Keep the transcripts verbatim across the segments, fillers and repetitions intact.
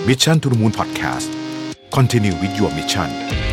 Mission to the Moon Podcast Continue with your mission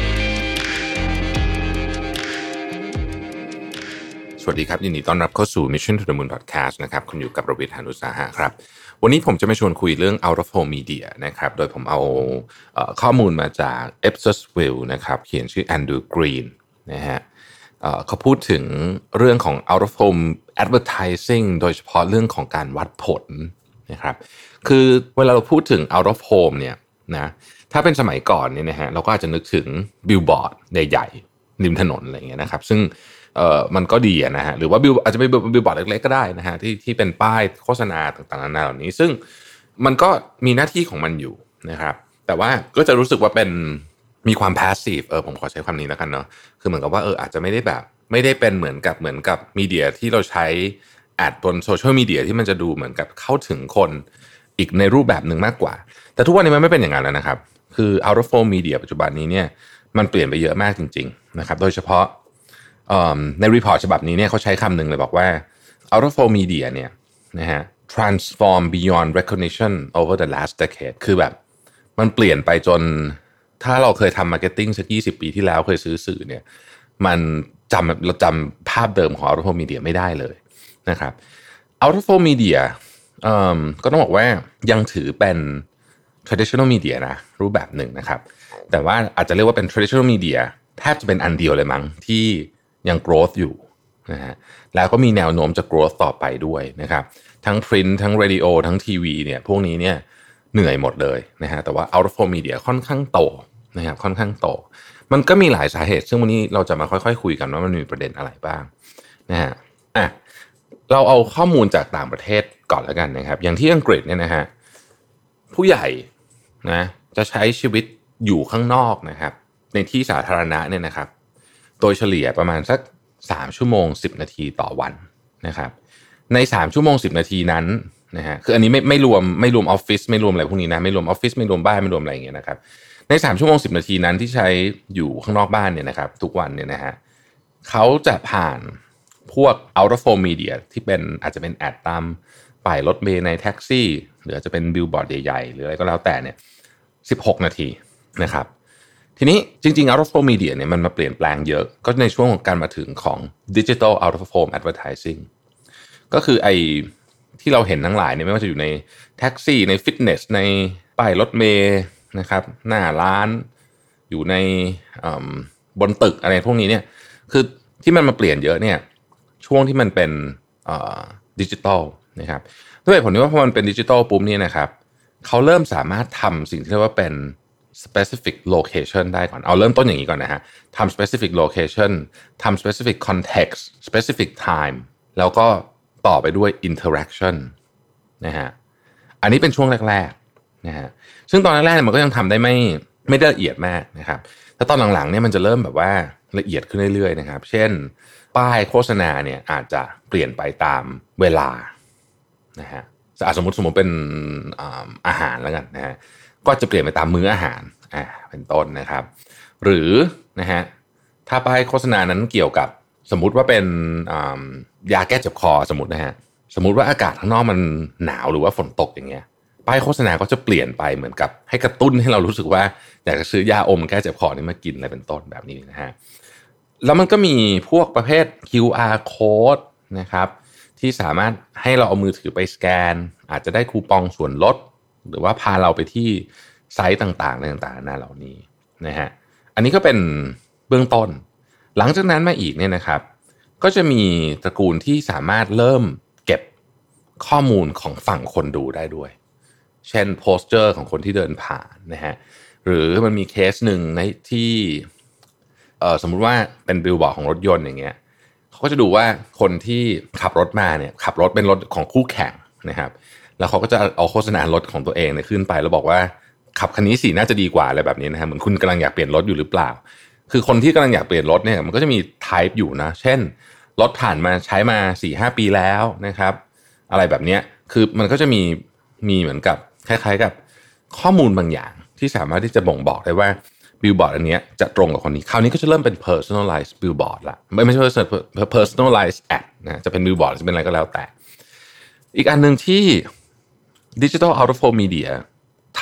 สวัสดีครับยินดีต้อนรับเข้าสู่ Mission to the Moon Podcast นะครับคุณอยู่กับรวิทย์ หาญอุตสาหะครับวันนี้ผมจะมาชวนคุยเรื่อง Out of Home Media นะครับโดยผมเอาเอ่อข้อมูลมาจาก Ipsos.Will นะครับเขียนชื่อ Andrew Green นะฮะเอ่อเขาพูดถึงเรื่องของ Out of Home Advertising โดยเฉพาะเรื่องของการวัดผลนะครับคือเวลาเราพูดถึง Out of Home เนี่ยนะถ้าเป็นสมัยก่อนเนี่ยนะฮะเราก็อาจจะนึกถึงบิลบอร์ดใหญ่ๆริมถนนอะไรอย่างเงี้ยนะครับซึ่งเอ่อมันก็ดีนะฮะหรือว่าบิลอาจจะเป็นบิลบอร์ดเล็กๆก็ได้นะฮะที่ที่เป็นป้ายโฆษณาต่างๆนานาเหล่านี้ซึ่งมันก็มีหน้าที่ของมันอยู่นะครับแต่ว่าก็จะรู้สึกว่าเป็นมีความ passive เออผมขอใช้คำนี้แล้วกันเนาะคือเหมือนกับว่าเอออาจจะไม่ได้แบบไม่ได้เป็นเหมือนกับเหมือนกับมีเดียที่เราใช้แอดบนโซเชียลมีเดียที่มันจะดูเหมือนกับเข้าถึงคนอีกในรูปแบบหนึ่งมากกว่าแต่ทุกวันนี้มันไม่เป็นอย่างนั้นแล้วนะครับคือ out of home media ปัจจุบันนี้เนี่ยมันเปลี่ยนไปเยอะมากจริงๆนะครับโดยเฉพาะในรีพอร์ตฉบับนี้เนี่ยเขาใช้คำหนึ่งเลยบอกว่า out of home media เนี่ยนะฮะ transform beyond recognition over the last decade คือแบบมันเปลี่ยนไปจนถ้าเราเคยทำมาร์เก็ตติ้งสักยี่สิบปีที่แล้วเคยซื้อสื่อเนี่ยมันจำเราจำภาพเดิมของ out of home media ไม่ได้เลยนะครับ out of home media ก็ต้องบอกว่ายังถือเป็น traditional media นะรูปแบบหนึ่งนะครับแต่ว่าอาจจะเรียกว่าเป็น traditional media แทบจะเป็นอันเดียวเลยมั้งที่ยัง growth อยู่นะฮะแล้วก็มีแนวโน้มจะ growth ต่อไปด้วยนะครับทั้ง print ทั้ง radio ทั้งทีวีเนี่ยพวกนี้เนี่ยเหนื่อยหมดเลยนะฮะแต่ว่า out of home media ค่อนข้างโตนะครับค่อนข้างโตมันก็มีหลายสาเหตุซึ่งวันนี้เราจะมาค่อยๆคุยกันว่ามันมีประเด็นอะไรบ้างนะฮะอ่ะเราเอาข้อมูลจากต่างประเทศก่อนแล้วกันนะครับอย่างที่อังกฤษเนี่ยนะฮะผู้ใหญ่นะจะใช้ชีวิตอยู่ข้างนอกนะครับในที่สาธารณะเนี่ยนะครับโดยเฉลี่ยประมาณสักสามชั่วโมงสิบนาทีต่อวันนะครับในสามชั่วโมงสิบนาทีนั้นนะฮะคืออันนี้ไม่ไม่รวมไม่รวมออฟฟิศไม่รวมอะไรพวกนี้นะไม่รวมออฟฟิศไม่รวมบ้านไม่รวมอะไรอย่างเงี้ยนะครับในสามชั่วโมงสิบนาทีนั้นที่ใช้อยู่ข้างนอกบ้านเนี่ยนะครับทุกวันเนี่ยนะฮะเขาจะผ่านพวก out of home media ที่เป็นอาจจะเป็นแอดตามป้ายรถเมล์ในแท็กซี่หรืออาจจะเป็นบิลบอร์ดใหญ่ๆหรืออะไรก็แล้วแต่เนี่ยสิบหกนาทีนะครับทีนี้จริงๆ out of home media เนี่ยมันมาเปลี่ยนแปลงเยอะก็ในช่วงของการมาถึงของ digital out of home advertising ก็คือไอ้ที่เราเห็นทั้งหลายเนี่ยไม่ว่าจะอยู่ในแท็กซี่ในฟิตเนสในป้ายรถเมล์นะครับหน้าร้านอยู่ในบนตึกอะไรพวกนี้เนี่ยคือที่มันมาเปลี่ยนเยอะเนี่ยช่วงที่มันเป็นดิจิทัลนะครับด้วยผลที่ว่าพอมันเป็นดิจิทัลปุ๊บเนี่ยนะครับเขาเริ่มสามารถทำสิ่งที่เรียกว่าเป็น specific location ได้ก่อนเอาเริ่มต้นอย่างนี้ก่อนนะฮะทำ specific location ทำ specific context specific time แล้วก็ต่อไปด้วย interaction นะฮะอันนี้เป็นช่วงแรกๆนะฮะซึ่งตอนแรกๆมันก็ยังทำได้ไม่ไม่ได้ละเอียดมากนะครับแต่ตอนหลังๆเนี่ยมันจะเริ่มแบบว่าละเอียดขึ้นเรื่อยๆนะครับเช่นป้ายโฆษณาเนี่ยอาจจะเปลี่ยนไปตามเวลานะฮะสมมติสมมติเป็นอาหารแล้วกันนะฮะก็จะเปลี่ยนไปตามมื้ออาหารอ่าเป็นต้นนะครับหรือนะฮะถ้าป้ายโฆษณานั้นเกี่ยวกับสมมุติว่าเป็นยาแก้เจ็บคอสมมตินะฮะสมมุติว่าอากาศข้างนอกมันหนาวหรือว่าฝนตกอย่างเงี้ยป้ายโฆษณาก็จะเปลี่ยนไปเหมือนกับให้กระตุ้นให้เรารู้สึกว่าอยากจะซื้อยาอมแก้เจ็บคอนี่มากินอะไรเป็นต้นแบบนี้นะฮะแล้วมันก็มีพวกประเภท คิว อาร์ code นะครับที่สามารถให้เราเอามือถือไปสแกนอาจจะได้คูปองส่วนลดหรือว่าพาเราไปที่ไซต์ต่างๆในต่างๆนาเหล่านี้นะฮะอันนี้ก็เป็นเบื้องต้นหลังจากนั้นมาอีกเนี่ยนะครับก็จะมีตระกูลที่สามารถเริ่มเก็บข้อมูลของฝั่งคนดูได้ด้วยเช่นโพสเจอร์ของคนที่เดินผ่านนะฮะหรือมันมีเคสหนึ่งในที่เอ่อสมมุติว่าเป็นบิลบอร์ดของรถยนต์อย่างเงี้ยเขาก็จะดูว่าคนที่ขับรถมาเนี่ยขับรถเป็นรถของคู่แข่งนะครับแล้วเขาก็จะเอาโฆษณารถของตัวเองเนี่ยขึ้นไปแล้วบอกว่าขับคันนี้สิน่าจะดีกว่าอะไรแบบนี้นะฮะเหมือนคุณกำลังอยากเปลี่ยนรถอยู่หรือเปล่าคือคนที่กำลังอยากเปลี่ยนรถเนี่ยมันก็จะมี type อยู่นะเช่นรถผ่านมาใช้มา สี่ห้า ปีแล้วนะครับอะไรแบบนี้คือมันก็จะมีมีเหมือนกับคล้ายๆกับข้อมูลบางอย่างที่สามารถที่จะบ่งบอกได้ว่าบิลบอร์ดอันนี้จะตรงกับคนนี้คราวนี้ก็จะเริ่มเป็น personalized billboard ละไม่ไม่ใช่ personalized ad นะจะเป็นบิลบอร์ดจะเป็นอะไรก็แล้วแต่อีกอันนึงที่ digital out of home media ท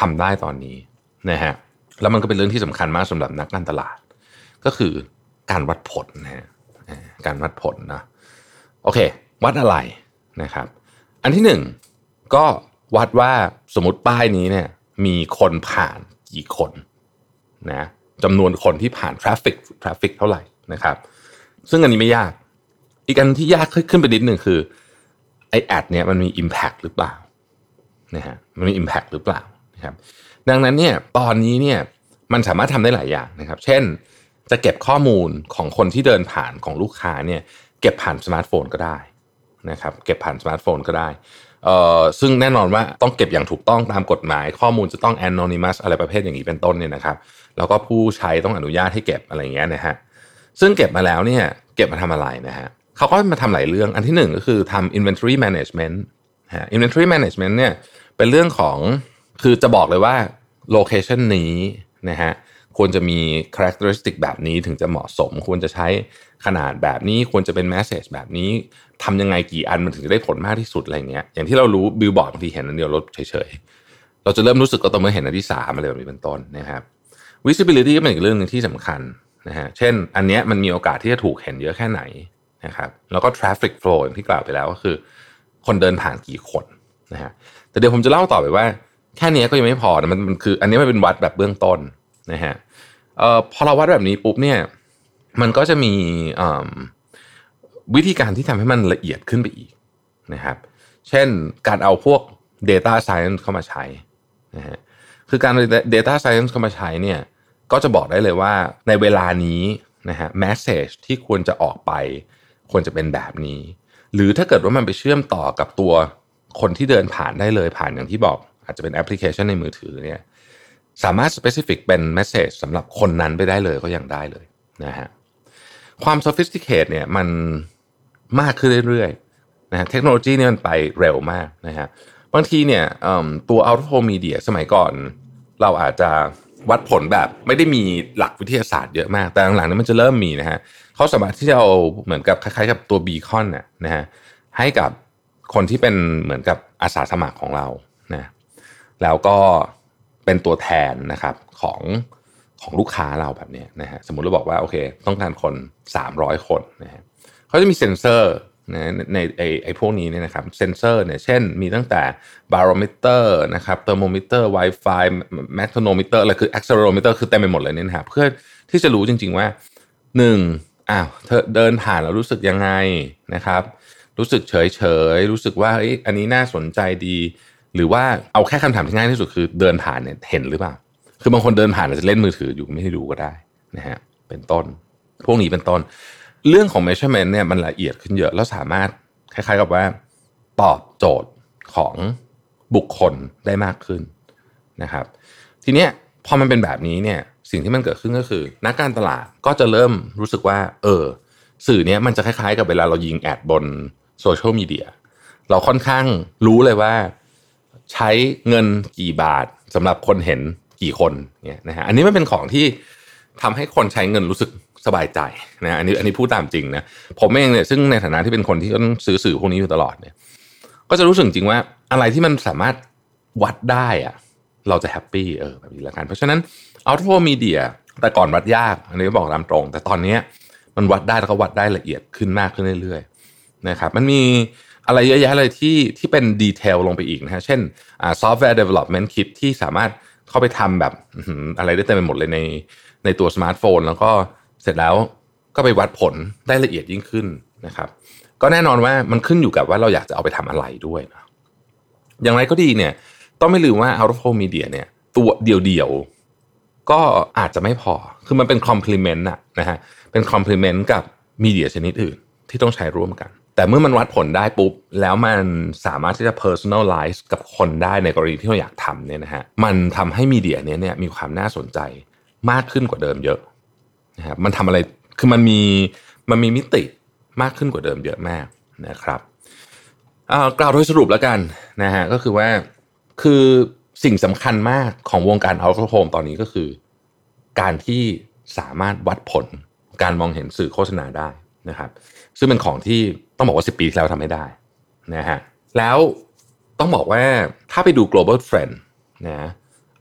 ำได้ตอนนี้นะฮะแล้วมันก็เป็นเรื่องที่สำคัญมากสำหรับนักการตลาดก็คือการวัดผลนะฮะการวัดผลนะโอเควัดอะไรนะครับอันที่หนึ่งก็วัดว่าสมมติป้ายนี้เนี่ยมีคนผ่านกี่คนนะจำนวนคนที่ผ่านทราฟฟิกทราฟฟิกเท่าไหร่นะครับซึ่งอันนี้ไม่ยากอีกอันที่ยากขึ้นไปนิดหนึ่งคือไอแอดเนี่ยมันมี impact หรือเปล่านะฮะมันมี impact หรือเปล่านะครับดังนั้นเนี่ยตอนนี้เนี่ยมันสามารถทำได้หลายอย่างนะครับเช่นจะเก็บข้อมูลของคนที่เดินผ่านของลูกค้าเนี่ยเก็บผ่านสมาร์ทโฟนก็ได้นะครับเก็บผ่านสมาร์ทโฟนก็ได้เอ่อซึ่งแน่นอนว่าต้องเก็บอย่างถูกต้องตามกฎหมายข้อมูลจะต้อง anonymous อะไรประเภทอย่างนี้เป็นต้นเนี่ยนะครับแล้วก็ผู้ใช้ต้องอนุญาตให้เก็บอะไรอย่างเงี้ยนะฮะซึ่งเก็บมาแล้วเนี่ยเก็บมาทำอะไรนะฮะเขาก็มาทำหลายเรื่องอันที่หนึ่งก็คือทำ inventory management ฮะ inventory management เนี่ยเป็นเรื่องของคือจะบอกเลยว่า location นี้นะฮะควรจะมี characteristic แบบนี้ถึงจะเหมาะสมควรจะใช้ขนาดแบบนี้ควรจะเป็น message แบบนี้ทำยังไงกี่อันมันถึงจะได้ผลมากที่สุดอะไรเงี้ยอย่างที่เรารู้บิลบอร์ดบางทีเห็นอันเดียวลดเฉยๆเราจะเริ่มรู้สึกก็ต่อเมื่อเห็นอันที่สามอะไรแบบนี้เป็นต้นนะครับ visibility ก็เป็นอีกเรื่องนึงที่สำคัญนะฮะเช่นอันเนี้ยมันมีโอกาสที่จะถูกเห็นเยอะแค่ไหนนะครับแล้วก็ traffic flow อย่างที่กล่าวไปแล้วก็คือคนเดินผ่านกี่คนนะฮะแต่เดี๋ยวผมจะเล่าต่อไปว่าแค่นี้ก็ยังไม่พอนะมันมันคืออันนี้มันเป็นวัดแบบเบื้องต้นนะฮะเอ่อพอเราวัดแบบนี้ปุ๊บเนี่ยมันก็จะมีวิธีการที่ทำให้มันละเอียดขึ้นไปอีกนะครับเช่นการเอาพวก data science เข้ามาใช้นะฮะคือการ data science เข้ามาใช้เนี่ยก็จะบอกได้เลยว่าในเวลานี้นะฮะ message ที่ควรจะออกไปควรจะเป็นแบบนี้หรือถ้าเกิดว่ามันไปเชื่อมต่อกับตัวคนที่เดินผ่านได้เลยผ่านอย่างที่บอกอาจจะเป็นแอปพลิเคชันในมือถือเนี่ยสามารถ specific เป็น message สำหรับคนนั้นไปได้เลยก็ยังได้เลยนะฮะความ sophisticate เนี่ยมันมากขึ้นเรื่อยๆนะฮะเทคโนโลยีเนี่ยมันไปเร็วมากนะฮะบางทีเนี่ยตัว out of home media สมัยก่อนเราอาจจะวัดผลแบบไม่ได้มีหลักวิทยาศาสตร์เยอะมากแต่หลังๆนี้มันจะเริ่มมีนะฮะเขาสามารถที่จะเอาเหมือนกับคล้ายๆกับตัวบีคอนน่ะนะฮะให้กับคนที่เป็นเหมือนกับอาสาสมัครของเรานะแล้วก็เป็นตัวแทนนะครับของของลูกค้าเราแบบนี้นะฮะสมมุติเราบอกว่าโอเคต้องการคนสามร้อยคนนะฮะเขาจะมีเซ็นเซอร์นะในไอ้ไอ้พวกนี้เนี่ยนะครับเซ็นเซอร์เนี่ยเช่นมีตั้งแต่บาโรมิเตอร์นะครับเทอร์โมมิเตอร์ Wi-Fi แมกโทโนมิเตอร์อะไรคือแอคเซเลโรมิเตอร์คือเต็มไปหมดเลยเนี่ยนะครับเพื่อที่จะรู้จริงๆว่าหนึ่งอ้าวเธอเดินผ่านแล้วรู้สึกยังไงนะครับรู้สึกเฉยๆรู้สึกว่าอันนี้น่าสนใจดีหรือว่าเอาแค่คำถามที่ง่ายที่สุดคือเดินผ่านเนี่ยเห็นหรือเปล่าคือบางคนเดินผ่านอาจจะเล่นมือถืออยู่ไม่ให้ดูก็ได้นะฮะเป็นต้นพวกนี้เป็นต้นเรื่องของ measurement เนี่ยมันละเอียดขึ้นเยอะแล้วสามารถคล้ายๆกับว่าตอบโจทย์ของบุคคลได้มากขึ้นนะครับทีเนี้ยพอมันเป็นแบบนี้เนี่ยสิ่งที่มันเกิดขึ้นก็คือนักการตลาดก็จะเริ่มรู้สึกว่าเออสื่อเนี้ยมันจะคล้ายๆกับเวลาเรายิงแอดบนโซเชียลมีเดียเราค่อนข้างรู้เลยว่าใช้เงินกี่บาทสำหรับคนเห็นกี่คนเนี่ยนะฮะอันนี้มันเป็นของที่ทำให้คนใช้เงินรู้สึกสบายใจนะอันนี้อันนี้พูดตามจริงนะผมเองเนี่ยซึ่งในฐานะที่เป็นคนที่ต้องซื้อสื่อพวกนี้อยู่ตลอดเนี่ยก็จะรู้สึกจริงว่าอะไรที่มันสามารถวัดได้อะเราจะแฮปปี้เออแบบนี้ละกันเพราะฉะนั้น out of home media แต่ก่อนวัดยากอันนี้บอกตามตรงแต่ตอนนี้มันวัดได้แล้วก็วัดได้ละเอียดขึ้นมากขึ้นเรื่อยๆนะครับมันมีอะไรเยอะแยะเลยที่ที่เป็นดีเทลลงไปอีกนะฮะเช่นอ่า software development kit ที่สามารถเข้าไปทำแบบอะไรได้เต็มไปหมดเลยในในตัวสมาร์ทโฟนแล้วก็เสร็จแล้วก็ไปวัดผลได้ละเอียดยิ่งขึ้นนะครับก็แน่นอนว่ามันขึ้นอยู่กับว่าเราอยากจะเอาไปทำอะไรด้วยนะอย่างไรก็ดีเนี่ยต้องไม่ลืมว่า out of home media เนี่ยตัวเดียวๆก็อาจจะไม่พอคือมันเป็น complement อะนะฮะเป็น complement กับมีเดียชนิดอื่นที่ต้องใช้ร่วมกันแต่เมื่อมันวัดผลได้ปุ๊บแล้วมันสามารถที่จะ personalize กับคนได้ในกรณีที่เราอยากทำเนี่ยนะฮะมันทำให้มีเดียนี้เนี่ยมีความน่าสนใจมากขึ้นกว่าเดิมเยอะนะครับมันทำอะไรคือมันมีมันมีมิติมากขึ้นกว่าเดิมเยอะมากนะครับกล่าวโดยสรุปแล้วกันนะฮะก็คือว่าคือสิ่งสำคัญมากของวงการ out of home ตอนนี้ก็คือการที่สามารถวัดผลการมองเห็นสื่อโฆษณาได้นะครับซึ่งเป็นของที่ต้องบอกว่าสิบปีที่แล้วทำไม่ได้นะฮะแล้วต้องบอกว่าถ้าไปดู global trend นะ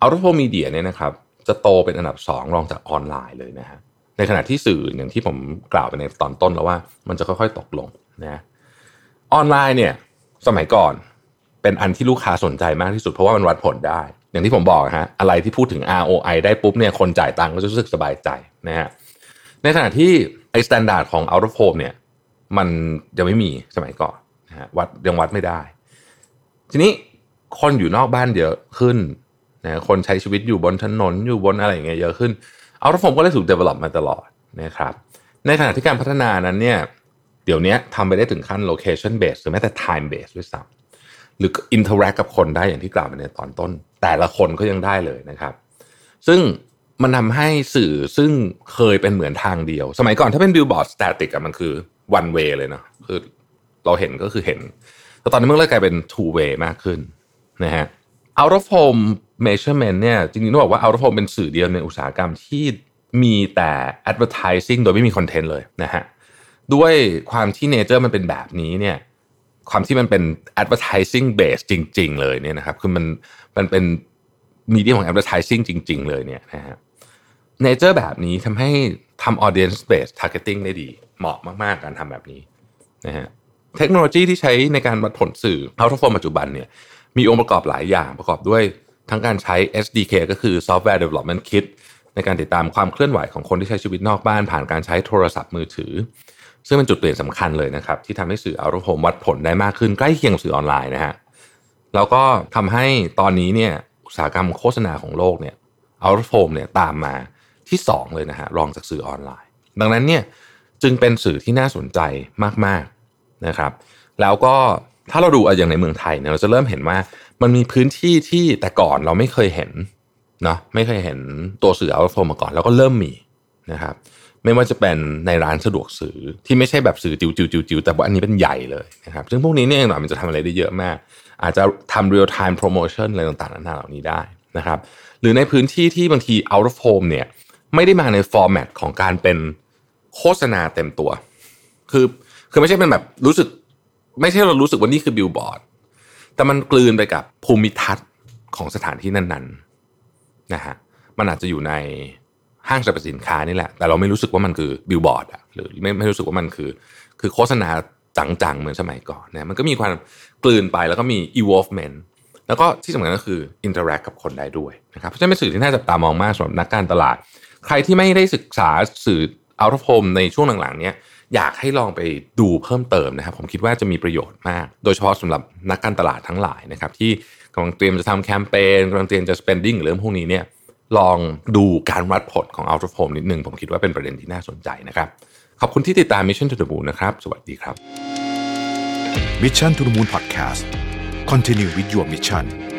out of home media เนี่ยนะครับจะโตเป็นอันดับสองรองจากออนไลน์เลยนะฮะในขณะที่สื่ออย่างที่ผมกล่าวไปในตอนต้นแล้วว่ามันจะค่อยๆตกลงนะออนไลน์เนี่ยสมัยก่อนเป็นอันที่ลูกค้าสนใจมากที่สุดเพราะว่ามันวัดผลได้อย่างที่ผมบอกฮะอะไรที่พูดถึง อาร์ โอ ไอ ได้ปุ๊บเนี่ยคนจ่ายตังค์ก็จะรู้สึกสบายใจนะฮะในขณะที่ไอ้สแตนดาร์ดของ out of home เนี่ยมันยังไม่มีสมัยก่อนนะฮะวัดยังวัดไม่ได้ทีนี้คนอยู่นอกบ้านเยอะขึ้นนะคนใช้ชีวิตอยู่บนถนนอยู่บนอะไรอย่างเงี้ยเยอะขึ้น out of home ก็เลยถูก develop มาตลอดนะครับในขณะที่การพัฒนานั้นเนี่ยเดี๋ยวนี้ทำไปได้ถึงขั้น location based หรือแม้แต่ time based ด้วยซ้ำหรือ interact กับคนได้อย่างที่กล่าวไปในตอนต้นแต่ละคนก็ยังได้เลยนะครับซึ่งมันทำให้สื่อซึ่งเคยเป็นเหมือนทางเดียวสมัยก่อนถ้าเป็น billboard static อะมันคือ one way เลยเนาะคือเราเห็นก็คือเห็นแต่ตอนนี้มันเลยกลายเป็น two way มากขึ้นนะฮะ out of home measurement เนี่ยจริงๆต้องบอกว่า out of home เป็นสื่อเดียวในอุตสาหกรรมที่มีแต่ advertising โดยไม่มีคอนเทนต์เลยนะฮะด้วยความที่ nature มันเป็นแบบนี้เนี่ยความที่มันเป็น advertising base จริงๆเลยเนี่ยนะครับคือมันมันเป็นมีเดียของ advertising จริงๆเลยเนี่ยนะฮะ nature แบบนี้ทำให้ทำ audience based targeting ได้ดีเหมาะมากๆการทำแบบนี้นะฮะเทคโนโลยีที่ใช้ในการวัดผลสื่อ out of home ปัจจุบันเนี่ยมีองค์ประกอบหลายอย่างประกอบด้วยทั้งการใช้ เอส ดี เค ก็คือ Software Development Kit ในการติดตามความเคลื่อนไหวของคนที่ใช้ชีวิตนอกบ้านผ่านการใช้โทรศัพท์มือถือซึ่งเป็นจุดเปลี่ยนสำคัญเลยนะครับที่ทำให้สื่อ out of home วัดผลได้มากขึ้นใกล้เคียงกับสื่อออนไลน์นะฮะแล้วก็ทำให้ตอนนี้เนี่ยอุตสาหกรรมโฆษณาของโลกเนี่ย out of home เนี่ยตามมาที่สองเลยนะฮะรองจากสื่อออนไลน์ดังนั้นเนี่ยจึงเป็นสื่อที่น่าสนใจมากๆนะครับแล้วก็ถ้าเราดูอย่างในเมืองไทยเนี่ยเราจะเริ่มเห็นว่ามันมีพื้นที่ที่แต่ก่อนเราไม่เคยเห็นเนาะไม่เคยเห็นตัวสื่อ out of home มาก่อนแล้วก็เริ่มมีนะครับไม่ว่าจะเป็นในร้านสะดวกซื้อที่ไม่ใช่แบบสื่อจิ๋วๆๆๆแต่ว่าอันนี้เป็นใหญ่เลยนะครับซึ่งพวกนี้เนี่ยหน่อยมันจะทำอะไรได้เยอะมากอาจจะทำ real time promotion อะไรต่างๆนานาเหล่านี้ได้นะครับหรือในพื้นที่ที่บางที out of home เนี่ยไม่ได้มาใน format ของการเป็นโฆษณาเต็มตัวคือคือไม่ใช่เป็นแบบรู้สึกไม่ใช่เรารู้สึกว่านี่คือบิลบอร์ดแต่มันกลืนไปกับภูมิทัศน์ของสถานที่นั้นๆนะฮะมันอาจจะอยู่ในห้างสรรพสินค้านี่แหละแต่เราไม่รู้สึกว่ามันคือบิลบอร์ดอะหรือไม่ไม่รู้สึกว่ามันคือคือโฆษณาจังๆเหมือนสมัยก่อนนะมันก็มีความกลืนไปแล้วก็มี evolvement แล้วก็ที่สำคัญก็คือ interact กับคนได้ด้วยนะครับเพราะฉะนั้นเป็นสื่อที่น่าจับตามองมากสำหรับนักการตลาดใครที่ไม่ได้ศึกษาสื่อ out of home ในช่วงหลังๆเนี้ยอยากให้ลองไปดูเพิ่มเติมนะครับผมคิดว่าจะมีประโยชน์มากโดยเฉพาะสำหรับนักการตลาดทั้งหลายนะครับที่กำลังเตรียมจะทำแคมเปญกำลังเตรียมจะ spending หรือเรื่องพวกนี้เนี่ยลองดูการวัดผลของ out of home นิดนึงผมคิดว่าเป็นประเด็นที่น่าสนใจนะครับขอบคุณที่ติดตาม Mission to the Moon นะครับสวัสดีครับ Mission to the Moon Podcast Continue with your mission